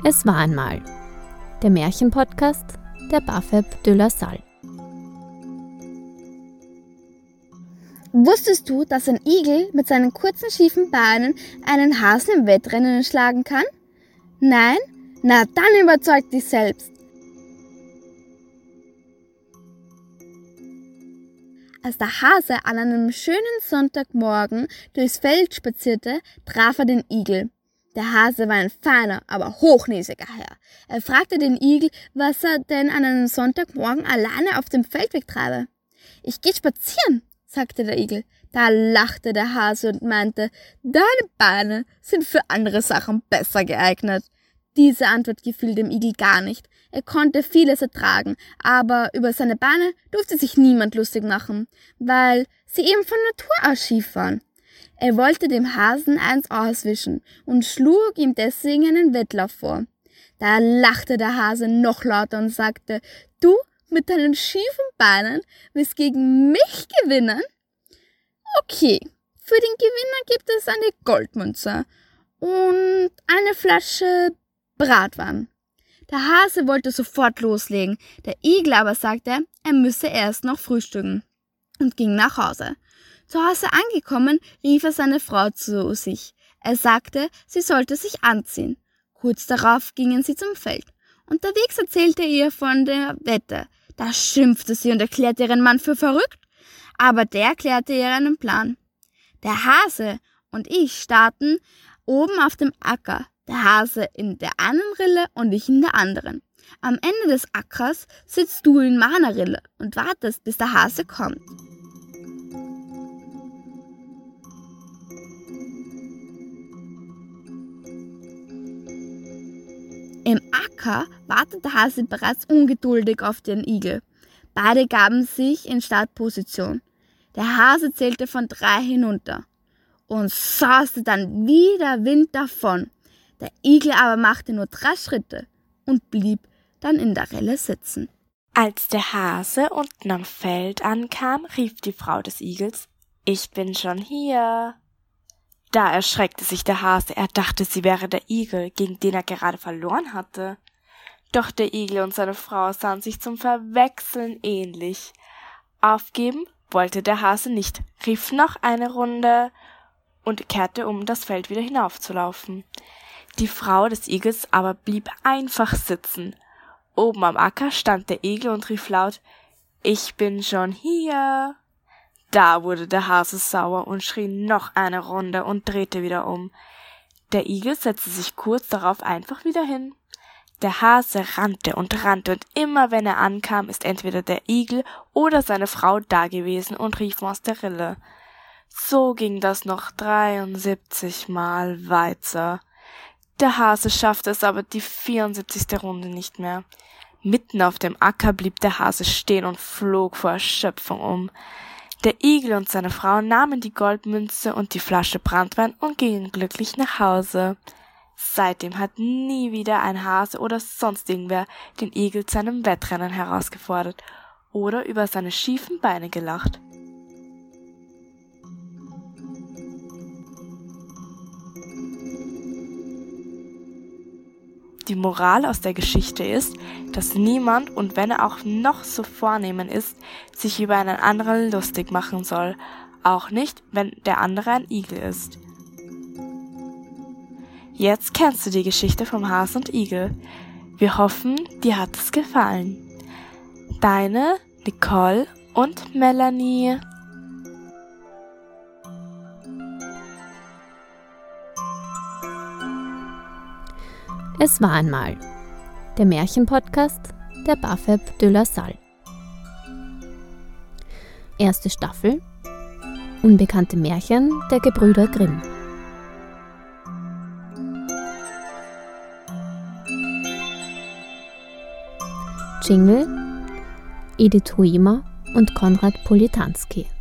Es war einmal der Märchenpodcast der Bafeb de la Salle. Wusstest du, dass ein Igel mit seinen kurzen, schiefen Beinen einen Hasen im Wettrennen schlagen kann? Nein? Na, dann überzeug dich selbst. Als der Hase an einem schönen Sonntagmorgen durchs Feld spazierte, traf er den Igel. Der Hase war ein feiner, aber hochnäsiger Herr. Er fragte den Igel, was er denn an einem Sonntagmorgen alleine auf dem Feldweg treibe. »Ich gehe spazieren«, sagte der Igel. Da lachte der Hase und meinte, »Deine Beine sind für andere Sachen besser geeignet.« Diese Antwort gefiel dem Igel gar nicht. Er konnte vieles ertragen, aber über seine Beine durfte sich niemand lustig machen, weil sie eben von Natur aus schief waren. Er wollte dem Hasen eins auswischen und schlug ihm deswegen einen Wettlauf vor. Da lachte der Hase noch lauter und sagte, »Du mit deinen schiefen Beinen willst gegen mich gewinnen? Okay, für den Gewinner gibt es eine Goldmünze und eine Flasche Bratwein.« Der Hase wollte sofort loslegen, der Igel aber sagte, er müsse erst noch frühstücken und ging nach Hause. Zu Hause angekommen, rief er seine Frau zu sich. Er sagte, sie sollte sich anziehen. Kurz darauf gingen sie zum Feld. Unterwegs erzählte er ihr von der Wette. Da schimpfte sie und erklärte ihren Mann für verrückt, aber der erklärte ihr einen Plan. Der Hase und ich starten oben auf dem Acker. Der Hase in der einen Rille und ich in der anderen. Am Ende des Ackers sitzt du in meiner Rille und wartest, bis der Hase kommt. Im Acker wartet der Hase bereits ungeduldig auf den Igel. Beide gaben sich in Startposition. Der Hase zählte von 3 hinunter und sauste dann wie der Wind davon. Der Igel aber machte nur 3 Schritte und blieb dann in der Rille sitzen. Als der Hase unten am Feld ankam, rief die Frau des Igels, »Ich bin schon hier.« Da erschreckte sich der Hase, er dachte, sie wäre der Igel, gegen den er gerade verloren hatte. Doch der Igel und seine Frau sahen sich zum Verwechseln ähnlich. Aufgeben wollte der Hase nicht, rief noch eine Runde und kehrte um, das Feld wieder hinaufzulaufen. Die Frau des Igels aber blieb einfach sitzen. Oben am Acker stand der Igel und rief laut, »Ich bin schon hier.« Da wurde der Hase sauer und schrie noch eine Runde und drehte wieder um. Der Igel setzte sich kurz darauf einfach wieder hin. Der Hase rannte und immer wenn er ankam, ist entweder der Igel oder seine Frau dagewesen und rief aus der Rille. So ging das noch 73 Mal weiter. Der Hase schaffte es aber die 74. Runde nicht mehr. Mitten auf dem Acker blieb der Hase stehen und flog vor Erschöpfung um. Der Igel und seine Frau nahmen die Goldmünze und die Flasche Branntwein und gingen glücklich nach Hause. Seitdem hat nie wieder ein Hase oder sonst irgendwer den Igel zu einem Wettrennen herausgefordert oder über seine schiefen Beine gelacht. Die Moral aus der Geschichte ist, dass niemand, und wenn er auch noch so vornehm ist, sich über einen anderen lustig machen soll, auch nicht, wenn der andere ein Igel ist. Jetzt kennst du die Geschichte vom Hase und Igel. Wir hoffen, dir hat es gefallen. Deine Nicole und Melanie. Es war einmal der Märchenpodcast der Bafeb de la Salle. 1. Staffel Unbekannte Märchen der Gebrüder Grimm. Jingle Edith Huimer und Konrad Politanski.